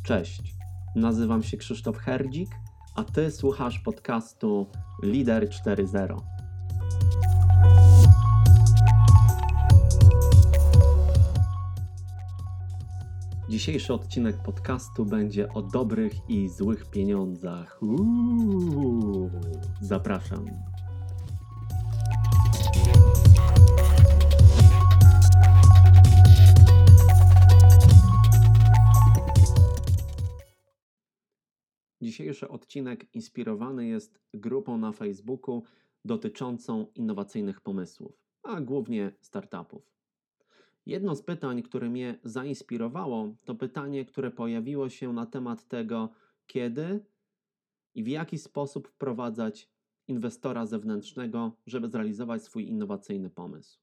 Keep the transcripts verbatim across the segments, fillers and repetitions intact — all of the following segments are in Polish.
Cześć, nazywam się Krzysztof Herdzik, a Ty słuchasz podcastu Lider cztery zero. Dzisiejszy odcinek podcastu będzie o dobrych i złych pieniądzach. Uuu, zapraszam. Dzisiejszy odcinek inspirowany jest grupą na Facebooku dotyczącą innowacyjnych pomysłów, a głównie startupów. Jedno z pytań, które mnie zainspirowało, to pytanie, które pojawiło się na temat tego, kiedy i w jaki sposób wprowadzać inwestora zewnętrznego, żeby zrealizować swój innowacyjny pomysł.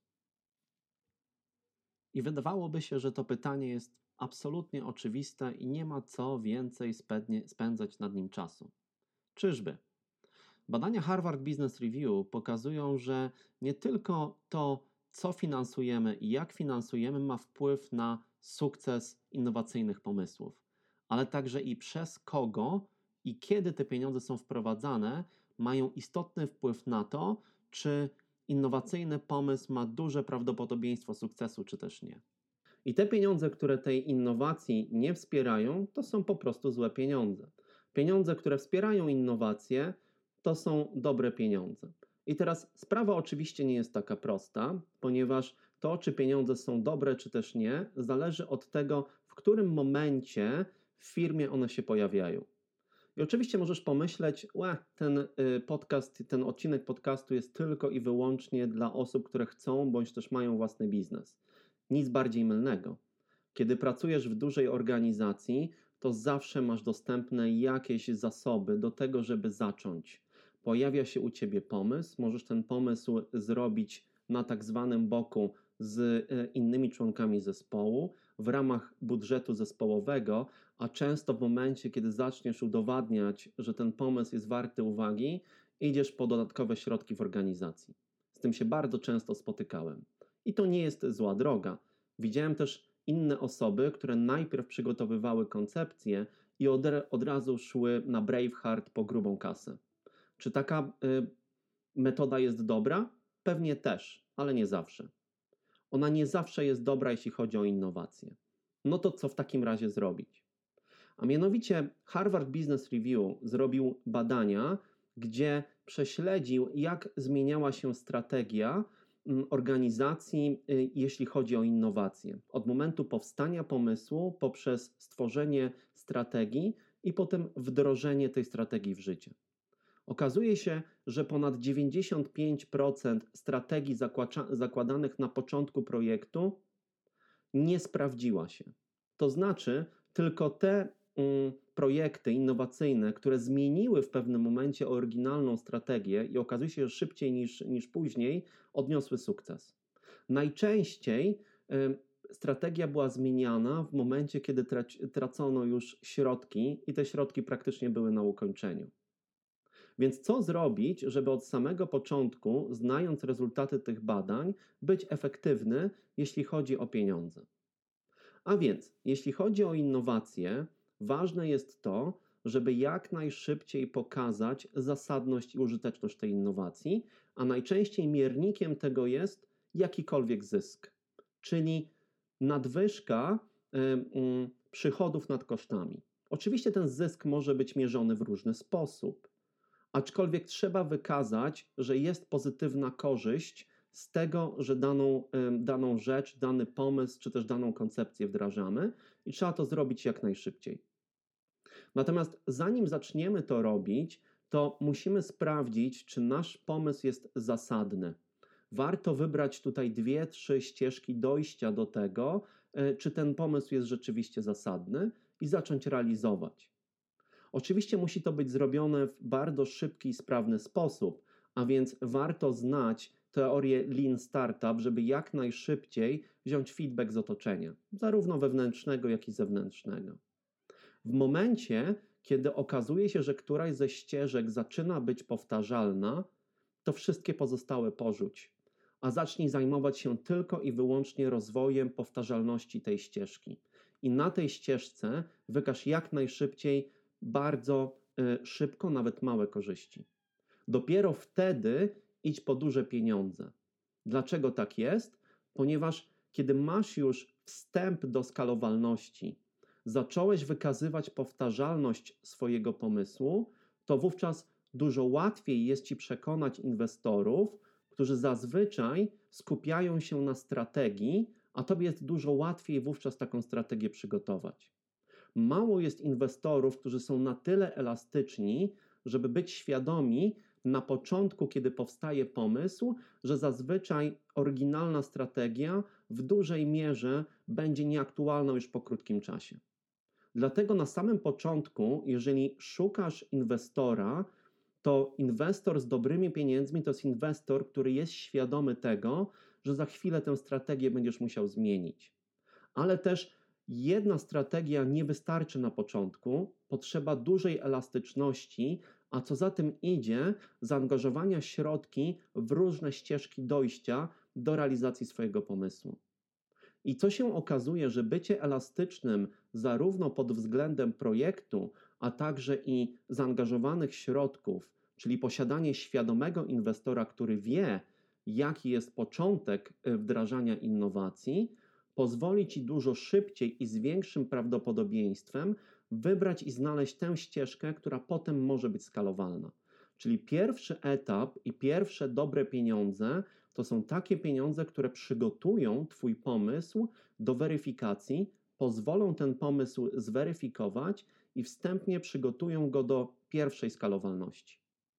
I wydawałoby się, że to pytanie jest absolutnie oczywiste i nie ma co więcej spędzać nad nim czasu. Czyżby? Badania Harvard Business Review pokazują, że nie tylko to, co finansujemy i jak finansujemy, ma wpływ na sukces innowacyjnych pomysłów, ale także i przez kogo i kiedy te pieniądze są wprowadzane, mają istotny wpływ na to, czy innowacyjny pomysł ma duże prawdopodobieństwo sukcesu, czy też nie. I te pieniądze, które tej innowacji nie wspierają, to są po prostu złe pieniądze. Pieniądze, które wspierają innowacje, to są dobre pieniądze. I teraz sprawa oczywiście nie jest taka prosta, ponieważ to, czy pieniądze są dobre, czy też nie, zależy od tego, w którym momencie w firmie one się pojawiają. I oczywiście możesz pomyśleć, łe, ten podcast, ten odcinek podcastu jest tylko i wyłącznie dla osób, które chcą, bądź też mają własny biznes. Nic bardziej mylnego. Kiedy pracujesz w dużej organizacji, to zawsze masz dostępne jakieś zasoby do tego, żeby zacząć. Pojawia się u Ciebie pomysł, możesz ten pomysł zrobić na tak zwanym boku z innymi członkami zespołu w ramach budżetu zespołowego, a często w momencie, kiedy zaczniesz udowadniać, że ten pomysł jest warty uwagi, idziesz po dodatkowe środki w organizacji. Z tym się bardzo często spotykałem. I to nie jest zła droga. Widziałem też inne osoby, które najpierw przygotowywały koncepcję i od, od razu szły na Braveheart po grubą kasę. Czy taka y, metoda jest dobra? Pewnie też, ale nie zawsze. Ona nie zawsze jest dobra, jeśli chodzi o innowacje. No to co w takim razie zrobić? A mianowicie Harvard Business Review zrobił badania, gdzie prześledził, jak zmieniała się strategia organizacji, jeśli chodzi o innowacje. Od momentu powstania pomysłu poprzez stworzenie strategii i potem wdrożenie tej strategii w życie. Okazuje się, że ponad dziewięćdziesiąt pięć procent strategii zakładanych na początku projektu nie sprawdziła się. To znaczy, tylko te um, projekty innowacyjne, które zmieniły w pewnym momencie oryginalną strategię i okazuje się, że szybciej niż, niż później, odniosły sukces. Najczęściej um, strategia była zmieniana w momencie, kiedy traci, tracono już środki i te środki praktycznie były na ukończeniu. Więc co zrobić, żeby od samego początku, znając rezultaty tych badań, być efektywny, jeśli chodzi o pieniądze? A więc, jeśli chodzi o innowacje, ważne jest to, żeby jak najszybciej pokazać zasadność i użyteczność tej innowacji, a najczęściej miernikiem tego jest jakikolwiek zysk, czyli nadwyżka y, y, przychodów nad kosztami. Oczywiście ten zysk może być mierzony w różny sposób, aczkolwiek trzeba wykazać, że jest pozytywna korzyść z tego, że daną, daną rzecz, dany pomysł, czy też daną koncepcję wdrażamy i trzeba to zrobić jak najszybciej. Natomiast zanim zaczniemy to robić, to musimy sprawdzić, czy nasz pomysł jest zasadny. Warto wybrać tutaj dwie, trzy ścieżki dojścia do tego, czy ten pomysł jest rzeczywiście zasadny i zacząć realizować. Oczywiście musi to być zrobione w bardzo szybki i sprawny sposób, a więc warto znać teorię Lean Startup, żeby jak najszybciej wziąć feedback z otoczenia, zarówno wewnętrznego, jak i zewnętrznego. W momencie, kiedy okazuje się, że któraś ze ścieżek zaczyna być powtarzalna, to wszystkie pozostałe porzuć, a zacznij zajmować się tylko i wyłącznie rozwojem powtarzalności tej ścieżki. i na tej ścieżce wykaż jak najszybciej, bardzo y, szybko, nawet małe korzyści. Dopiero wtedy idź po duże pieniądze. Dlaczego tak jest? Ponieważ kiedy masz już wstęp do skalowalności, zacząłeś wykazywać powtarzalność swojego pomysłu, to wówczas dużo łatwiej jest Ci przekonać inwestorów, którzy zazwyczaj skupiają się na strategii, a Tobie jest dużo łatwiej wówczas taką strategię przygotować. Mało jest inwestorów, którzy są na tyle elastyczni, żeby być świadomi na początku, kiedy powstaje pomysł, że zazwyczaj oryginalna strategia w dużej mierze będzie nieaktualna już po krótkim czasie. Dlatego na samym początku, jeżeli szukasz inwestora, to inwestor z dobrymi pieniędzmi to jest inwestor, który jest świadomy tego, że za chwilę tę strategię będziesz musiał zmienić. Ale też jedna strategia nie wystarczy na początku, potrzeba dużej elastyczności, a co za tym idzie, zaangażowania środki w różne ścieżki dojścia do realizacji swojego pomysłu. I co się okazuje, że bycie elastycznym zarówno pod względem projektu, a także i zaangażowanych środków, czyli posiadanie świadomego inwestora, który wie, jaki jest początek wdrażania innowacji, pozwoli Ci dużo szybciej i z większym prawdopodobieństwem wybrać i znaleźć tę ścieżkę, która potem może być skalowalna. Czyli pierwszy etap i pierwsze dobre pieniądze to są takie pieniądze, które przygotują Twój pomysł do weryfikacji, pozwolą ten pomysł zweryfikować i wstępnie przygotują go do pierwszej skalowalności.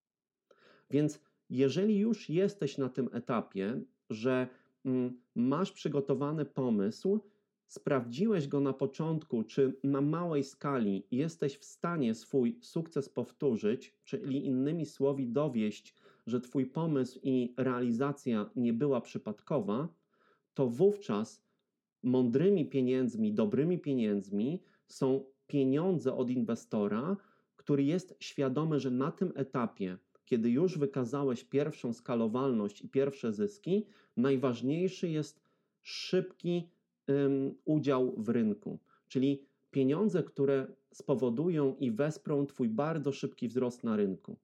Więc jeżeli już jesteś na tym etapie, że mm, masz przygotowany pomysł, sprawdziłeś go na początku, czy na małej skali jesteś w stanie swój sukces powtórzyć, czyli innymi słowy dowieść, że Twój pomysł i realizacja nie była przypadkowa, to wówczas mądrymi pieniędzmi, dobrymi pieniędzmi są pieniądze od inwestora, który jest świadomy, że na tym etapie, kiedy już wykazałeś pierwszą skalowalność i pierwsze zyski, najważniejszy jest szybki um, udział w rynku, czyli pieniądze, które spowodują i wesprą Twój bardzo szybki wzrost na rynku.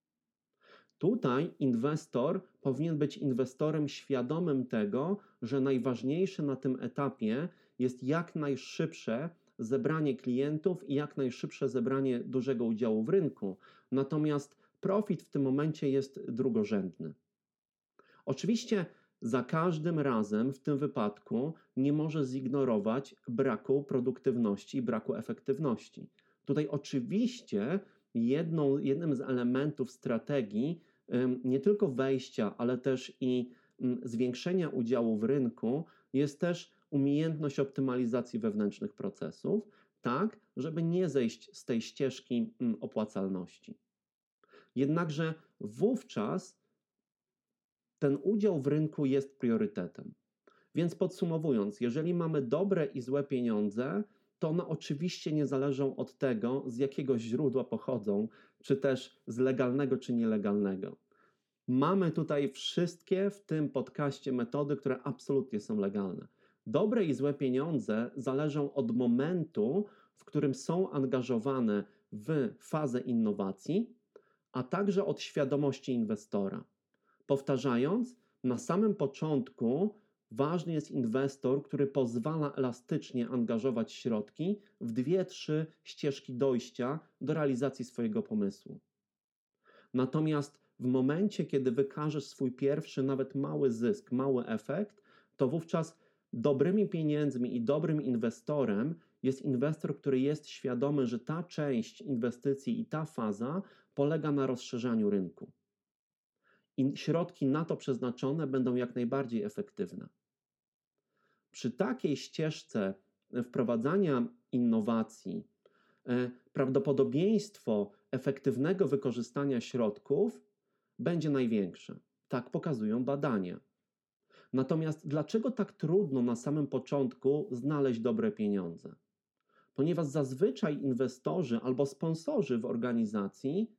Tutaj inwestor powinien być inwestorem świadomym tego, że najważniejsze na tym etapie jest jak najszybsze zebranie klientów i jak najszybsze zebranie dużego udziału w rynku. Natomiast profit w tym momencie jest drugorzędny. Oczywiście za każdym razem w tym wypadku nie może zignorować braku produktywności i braku efektywności. Tutaj oczywiście jedną, jednym z elementów strategii nie tylko wejścia, ale też i zwiększenia udziału w rynku jest też umiejętność optymalizacji wewnętrznych procesów, tak, żeby nie zejść z tej ścieżki opłacalności. Jednakże wówczas ten udział w rynku jest priorytetem. Więc podsumowując, jeżeli mamy dobre i złe pieniądze, to one oczywiście nie zależą od tego, z jakiego źródła pochodzą, czy też z legalnego, czy nielegalnego. Mamy tutaj wszystkie w tym podcaście metody, które absolutnie są legalne. Dobre i złe pieniądze zależą od momentu, w którym są angażowane w fazę innowacji, a także od świadomości inwestora. Powtarzając, na samym początku ważny jest inwestor, który pozwala elastycznie angażować środki w dwie, trzy ścieżki dojścia do realizacji swojego pomysłu. Natomiast w momencie, kiedy wykażesz swój pierwszy, nawet mały zysk, mały efekt, to wówczas dobrymi pieniędzmi i dobrym inwestorem jest inwestor, który jest świadomy, że ta część inwestycji i ta faza polega na rozszerzaniu rynku. I środki na to przeznaczone będą jak najbardziej efektywne. Przy takiej ścieżce wprowadzania innowacji prawdopodobieństwo efektywnego wykorzystania środków będzie największe. Tak pokazują badania. Natomiast dlaczego tak trudno na samym początku znaleźć dobre pieniądze? Ponieważ zazwyczaj inwestorzy albo sponsorzy w organizacji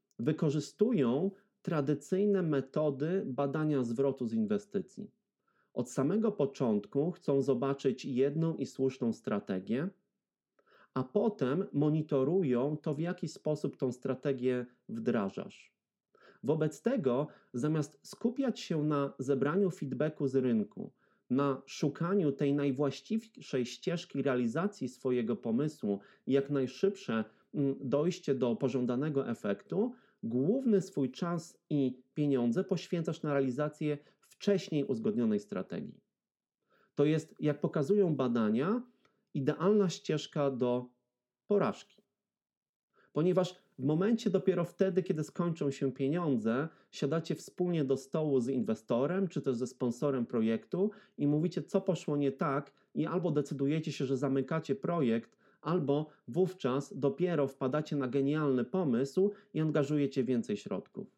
wykorzystują tradycyjne metody badania zwrotu z inwestycji. Od samego początku chcą zobaczyć jedną i słuszną strategię, a potem monitorują to, w jaki sposób tą strategię wdrażasz. Wobec tego, zamiast skupiać się na zebraniu feedbacku z rynku, na szukaniu tej najwłaściwszej ścieżki realizacji swojego pomysłu i jak najszybsze dojście do pożądanego efektu, główny swój czas i pieniądze poświęcasz na realizację wcześniej uzgodnionej strategii. To jest, jak pokazują badania, idealna ścieżka do porażki. Ponieważ w momencie dopiero wtedy, kiedy skończą się pieniądze, siadacie wspólnie do stołu z inwestorem czy też ze sponsorem projektu i mówicie, co poszło nie tak, i albo decydujecie się, że zamykacie projekt, albo wówczas dopiero wpadacie na genialny pomysł i angażujecie więcej środków.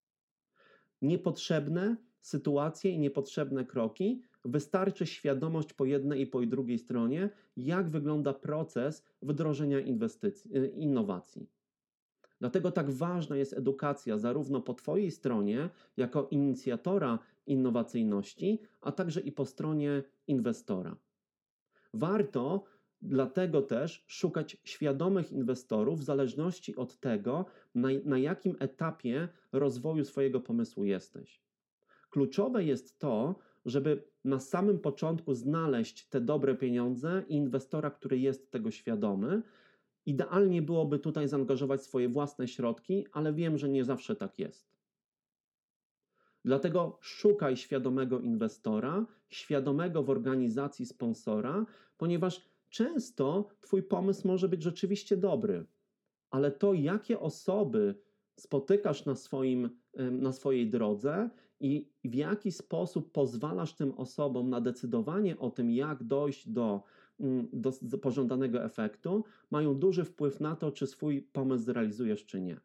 Niepotrzebne sytuacje i niepotrzebne kroki, wystarczy świadomość po jednej i po drugiej stronie, jak wygląda proces wdrożenia inwestycji, innowacji. Dlatego tak ważna jest edukacja zarówno po Twojej stronie, jako inicjatora innowacyjności, a także i po stronie inwestora. Warto dlatego też szukać świadomych inwestorów w zależności od tego, na, na jakim etapie rozwoju swojego pomysłu jesteś. Kluczowe jest to, żeby na samym początku znaleźć te dobre pieniądze i inwestora, który jest tego świadomy. Idealnie byłoby tutaj zaangażować swoje własne środki, ale wiem, że nie zawsze tak jest. Dlatego szukaj świadomego inwestora, świadomego w organizacji sponsora, ponieważ często Twój pomysł może być rzeczywiście dobry, ale to, jakie osoby spotykasz na, swoim, na swojej drodze i w jaki sposób pozwalasz tym osobom na decydowanie o tym, jak dojść do, do, do pożądanego efektu, mają duży wpływ na to, czy swój pomysł zrealizujesz, czy nie.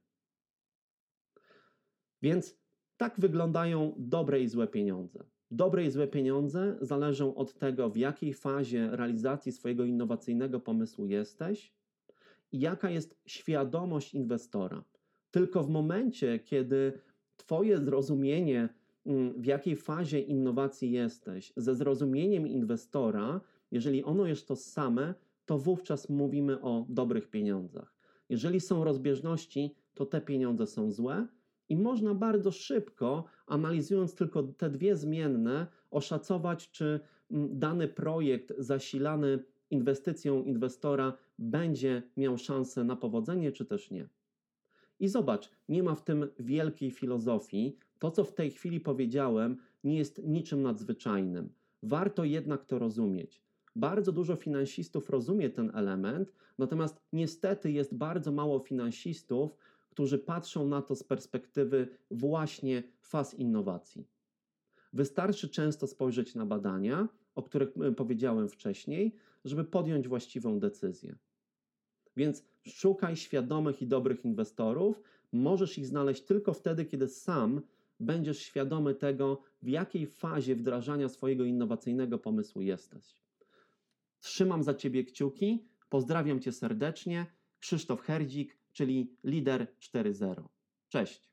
Więc tak wyglądają dobre i złe pieniądze. Dobre i złe pieniądze zależą od tego, w jakiej fazie realizacji swojego innowacyjnego pomysłu jesteś i jaka jest świadomość inwestora. Tylko w momencie, kiedy Twoje zrozumienie, w jakiej fazie innowacji jesteś, ze zrozumieniem inwestora, jeżeli ono jest to same, to wówczas mówimy o dobrych pieniądzach. Jeżeli są rozbieżności, to te pieniądze są złe i można bardzo szybko, analizując tylko te dwie zmienne, oszacować, czy dany projekt zasilany inwestycją inwestora będzie miał szansę na powodzenie, czy też nie. I zobacz, nie ma w tym wielkiej filozofii. To, co w tej chwili powiedziałem, nie jest niczym nadzwyczajnym. Warto jednak to rozumieć. Bardzo dużo finansistów rozumie ten element, natomiast niestety jest bardzo mało finansistów, którzy patrzą na to z perspektywy właśnie faz innowacji. Wystarczy często spojrzeć na badania, o których powiedziałem wcześniej, żeby podjąć właściwą decyzję. Więc szukaj świadomych i dobrych inwestorów. Możesz ich znaleźć tylko wtedy, kiedy sam będziesz świadomy tego, w jakiej fazie wdrażania swojego innowacyjnego pomysłu jesteś. Trzymam za Ciebie kciuki. Pozdrawiam Cię serdecznie. Krzysztof Herdzik, czyli Lider cztery zero. Cześć.